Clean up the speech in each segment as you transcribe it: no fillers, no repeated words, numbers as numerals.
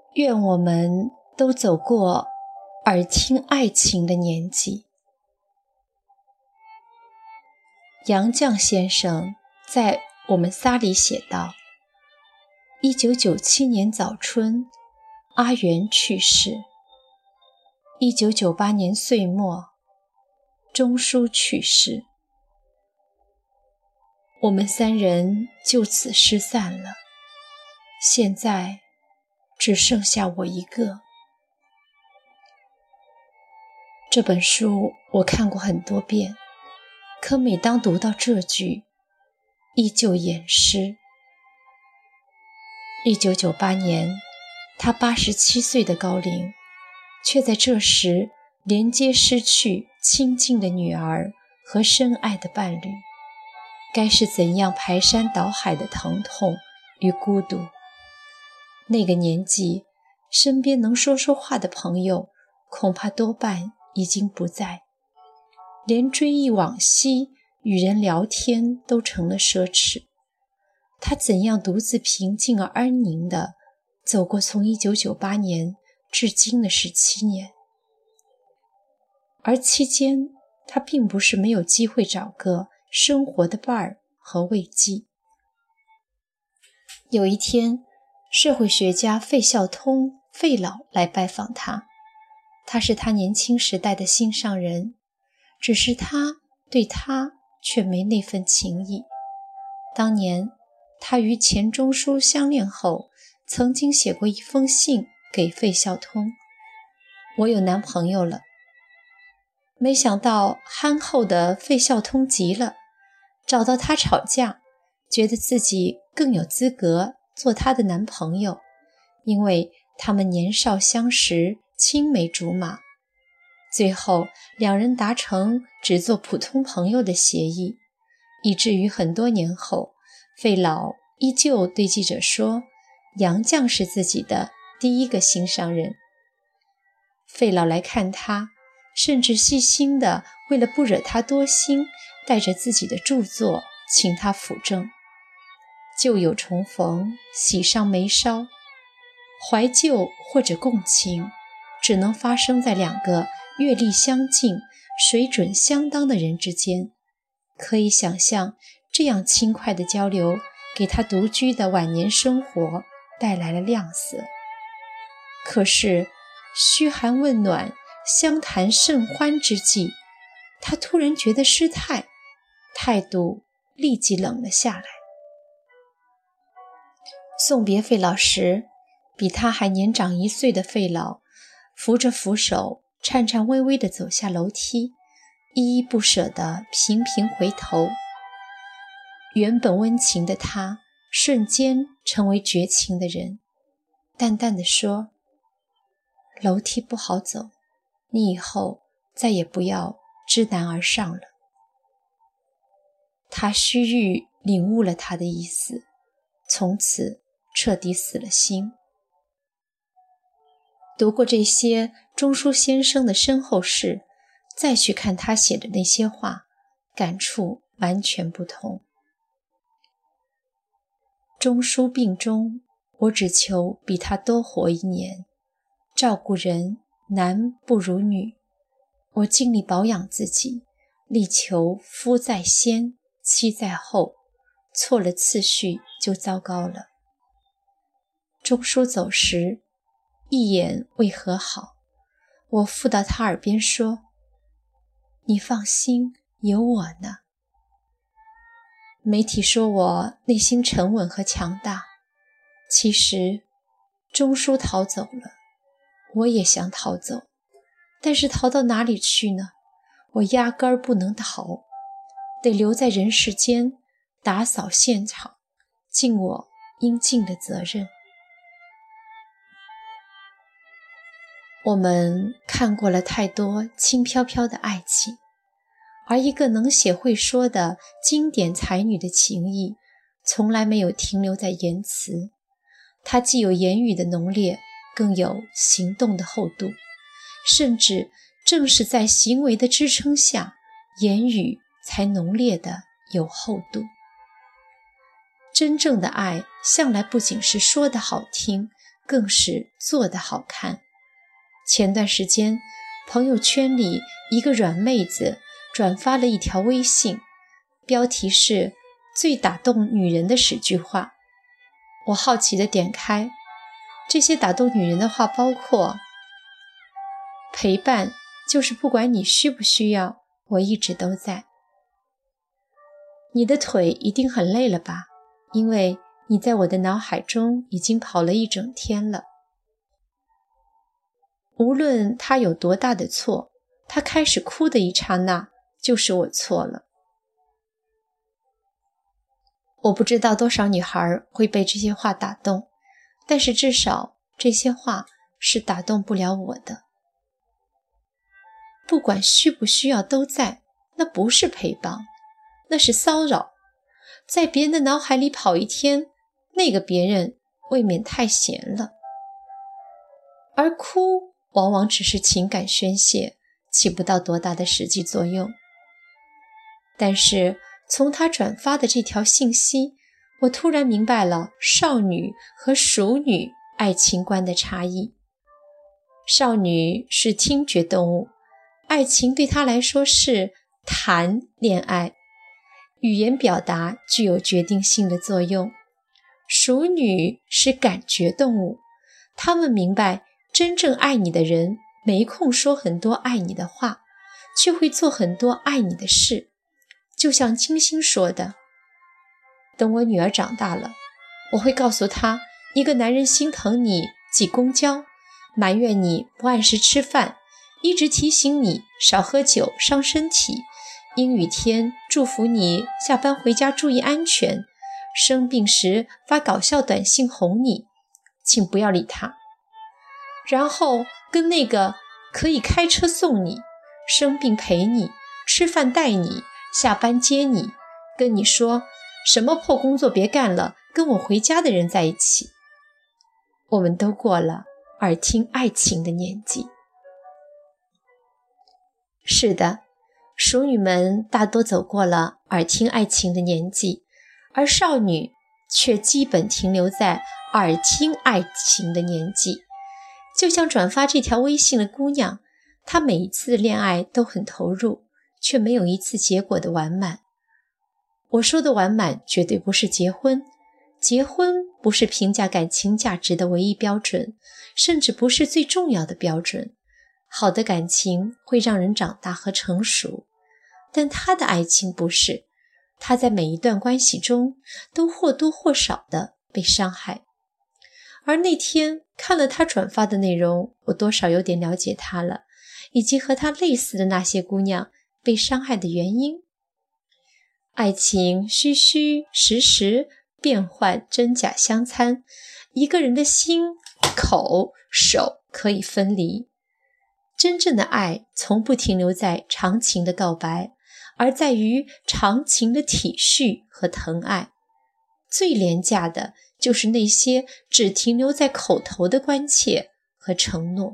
愿我们都走过耳听爱情的年纪。杨绛先生在《我们仨》里写道：1997年早春，阿元去世；1998年岁末，钟书去世。我们三人就此失散了，现在只剩下我一个。这本书我看过很多遍，可每当读到这句，依旧眼湿。1998年，他87岁的高龄，却在这时连接失去亲近的女儿和深爱的伴侣，该是怎样排山倒海的疼痛与孤独。那个年纪，身边能说说话的朋友恐怕多半已经不在，连追忆往昔与人聊天都成了奢侈。他怎样独自平静而安宁地走过从1998年至今的17年，而期间他并不是没有机会找个生活的伴儿和慰藉。有一天，社会学家费孝通费老来拜访他，他是他年轻时代的心上人，只是他对他却没那份情谊。当年他与钱钟书相恋后，曾经写过一封信给费孝通：我有男朋友了。没想到憨厚的费孝通急了，找到他吵架，觉得自己更有资格做他的男朋友，因为他们年少相识，青梅竹马。最后两人达成只做普通朋友的协议，以至于很多年后，费老依旧对记者说，杨绛是自己的第一个心上人。费老来看他，甚至细心地为了不惹他多心，带着自己的著作请他辅政。旧友重逢，喜上眉梢，怀旧或者共情，只能发生在两个阅历相近、水准相当的人之间。可以想象，这样轻快的交流给他独居的晚年生活带来了亮色。可是嘘寒问暖，相谈甚欢之际，他突然觉得失态，态度立即冷了下来。送别费老时，比他还年长1岁的费老扶着扶手，颤颤巍巍地走下楼梯，依依不舍地频频回头。原本温情的他瞬间成为绝情的人，淡淡地说：楼梯不好走，你以后再也不要知难而上了。他须臾领悟了他的意思，从此彻底死了心。读过这些钟书先生的身后事，再去看他写的那些话，感触完全不同。钟书病中，我只求比他多活1年。照顾人男不如女，我尽力保养自己，力求夫在先，妻在后，错了次序就糟糕了。钟书走时，一眼未和好，我附到他耳边说：你放心，有我呢。媒体说我内心沉稳和强大，其实钟书逃走了，我也想逃走，但是逃到哪里去呢？我压根儿不能逃，得留在人世间，打扫现场，尽我应尽的责任。我们看过了太多轻飘飘的爱情，而一个能写会说的经典才女的情谊，从来没有停留在言辞。它既有言语的浓烈，更有行动的厚度，甚至正是在行为的支撑下，言语才浓烈的有厚度。真正的爱向来不仅是说的好听， 更是做得好看。前段时间，朋友圈里一个软妹子转发了一条微信，标题是最打动女人的10句话。我好奇地点开，这些打动女人的话包括：陪伴就是不管你需不需要，我一直都在。你的腿一定很累了吧？因为你在我的脑海中已经跑了一整天了。无论他有多大的错，他开始哭的一刹那，就是我错了。我不知道多少女孩会被这些话打动，但是至少这些话是打动不了我的。不管需不需要都在，那不是陪伴，那是骚扰。在别人的脑海里跑一天，那个别人未免太闲了。而哭往往只是情感宣泄，起不到多大的实际作用。但是从他转发的这条信息，我突然明白了少女和熟女爱情观的差异。少女是听觉动物，爱情对她来说是谈恋爱，语言表达具有决定性的作用。熟女是感觉动物，她们明白真正爱你的人没空说很多爱你的话，却会做很多爱你的事。就像金星说的，等我女儿长大了，我会告诉她，一个男人心疼你挤公交，埋怨你不按时吃饭，一直提醒你少喝酒伤身体，阴雨天祝福你下班回家注意安全，生病时发搞笑短信哄你，请不要理他。然后跟那个可以开车送你，生病陪你，吃饭带你，下班接你，跟你说什么破工作别干了，跟我回家的人在一起。我们都过了耳听爱情的年纪。是的，熟女们大多走过了耳听爱情的年纪，而少女却基本停留在耳听爱情的年纪。就像转发这条微信的姑娘，她每一次的恋爱都很投入，却没有一次结果的完满。我说的完满绝对不是结婚，结婚不是评价感情价值的唯一标准，甚至不是最重要的标准。好的感情会让人长大和成熟，但他的爱情不是，他在每一段关系中都或多或少的被伤害。而那天看了他转发的内容，我多少有点了解他了，以及和他类似的那些姑娘被伤害的原因。爱情虚虚实实，变幻真假相参，一个人的心、口、手可以分离。真正的爱从不停留在长情的告白，而在于长情的体恤和疼爱。最廉价的就是那些只停留在口头的关切和承诺。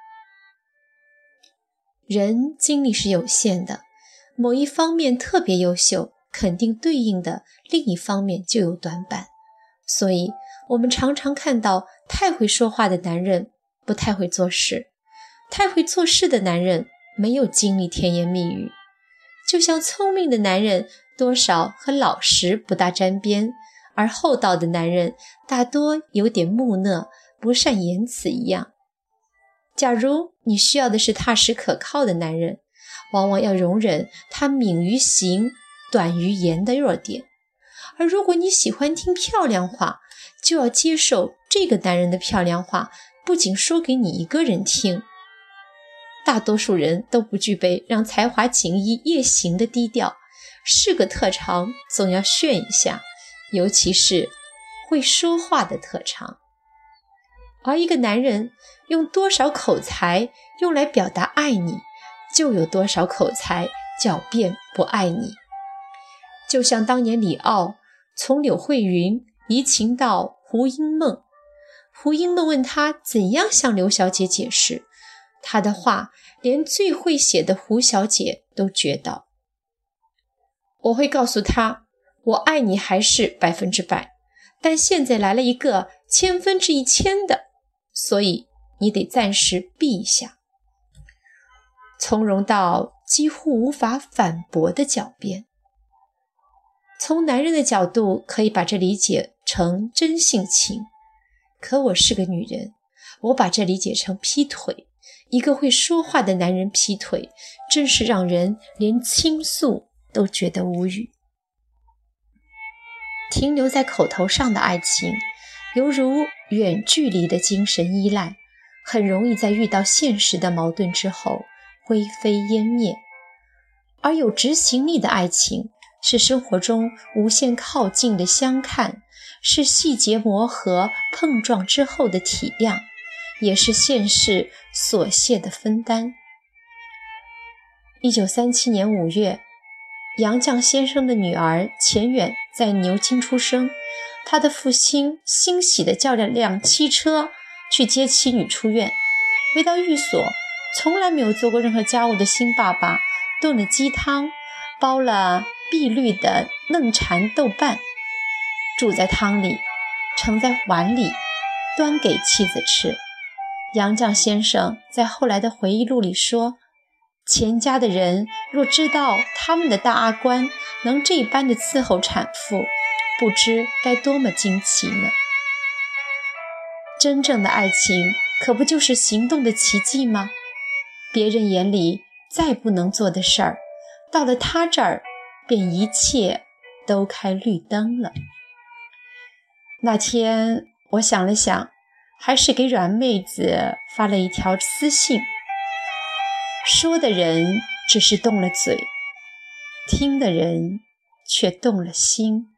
人精力是有限的，某一方面特别优秀，肯定对应的另一方面就有短板。所以我们常常看到太会说话的男人不太会做事，太会做事的男人没有精力甜言蜜语。就像聪明的男人多少和老实不大沾边，而厚道的男人大多有点木讷，不善言辞一样。假如你需要的是踏实可靠的男人，往往要容忍他敏于行短于言的弱点。而如果你喜欢听漂亮话，就要接受这个男人的漂亮话不仅说给你一个人听。大多数人都不具备让才华锦衣夜行的低调，是个特长总要炫一下，尤其是会说话的特长。而一个男人用多少口才用来表达爱你，就有多少口才狡辩不爱你。就像当年李奥从柳慧云移情到胡因梦，胡因梦问他怎样向刘小姐解释，他的话连最会写的胡小姐都觉得，我会告诉他，我爱你还是100%，但现在来了一个1000%的， 所以你得暂时避一下。从容到几乎无法反驳的狡辩。从男人的角度可以把这理解成真性情，可我是个女人，我把这理解成劈腿。一个会说话的男人劈腿，真是让人连倾诉都觉得无语。停留在口头上的爱情，犹如远距离的精神依赖，很容易在遇到现实的矛盾之后灰飞烟灭。而有执行力的爱情，是生活中无限靠近的相看，是细节磨合碰撞之后的体谅，也是现实琐屑的分担。1937年5月，杨绛先生的女儿钱远在牛津出生，他的父亲欣喜地叫了辆汽车去接妻女出院。回到寓所，从来没有做过任何家务的新爸爸炖了鸡汤，煲了碧绿的嫩蚕豆瓣，煮在汤里，盛在碗里，端给妻子吃。杨绛先生在后来的回忆录里说，钱家的人若知道他们的大阿官能这般的伺候产妇，不知该多么惊奇呢。真正的爱情可不就是行动的奇迹吗？别人眼里再不能做的事儿，到了他这儿便一切都开绿灯了。那天我想了想，还是给阮妹子发了一条私信，说的人只是动了嘴，听的人却动了心。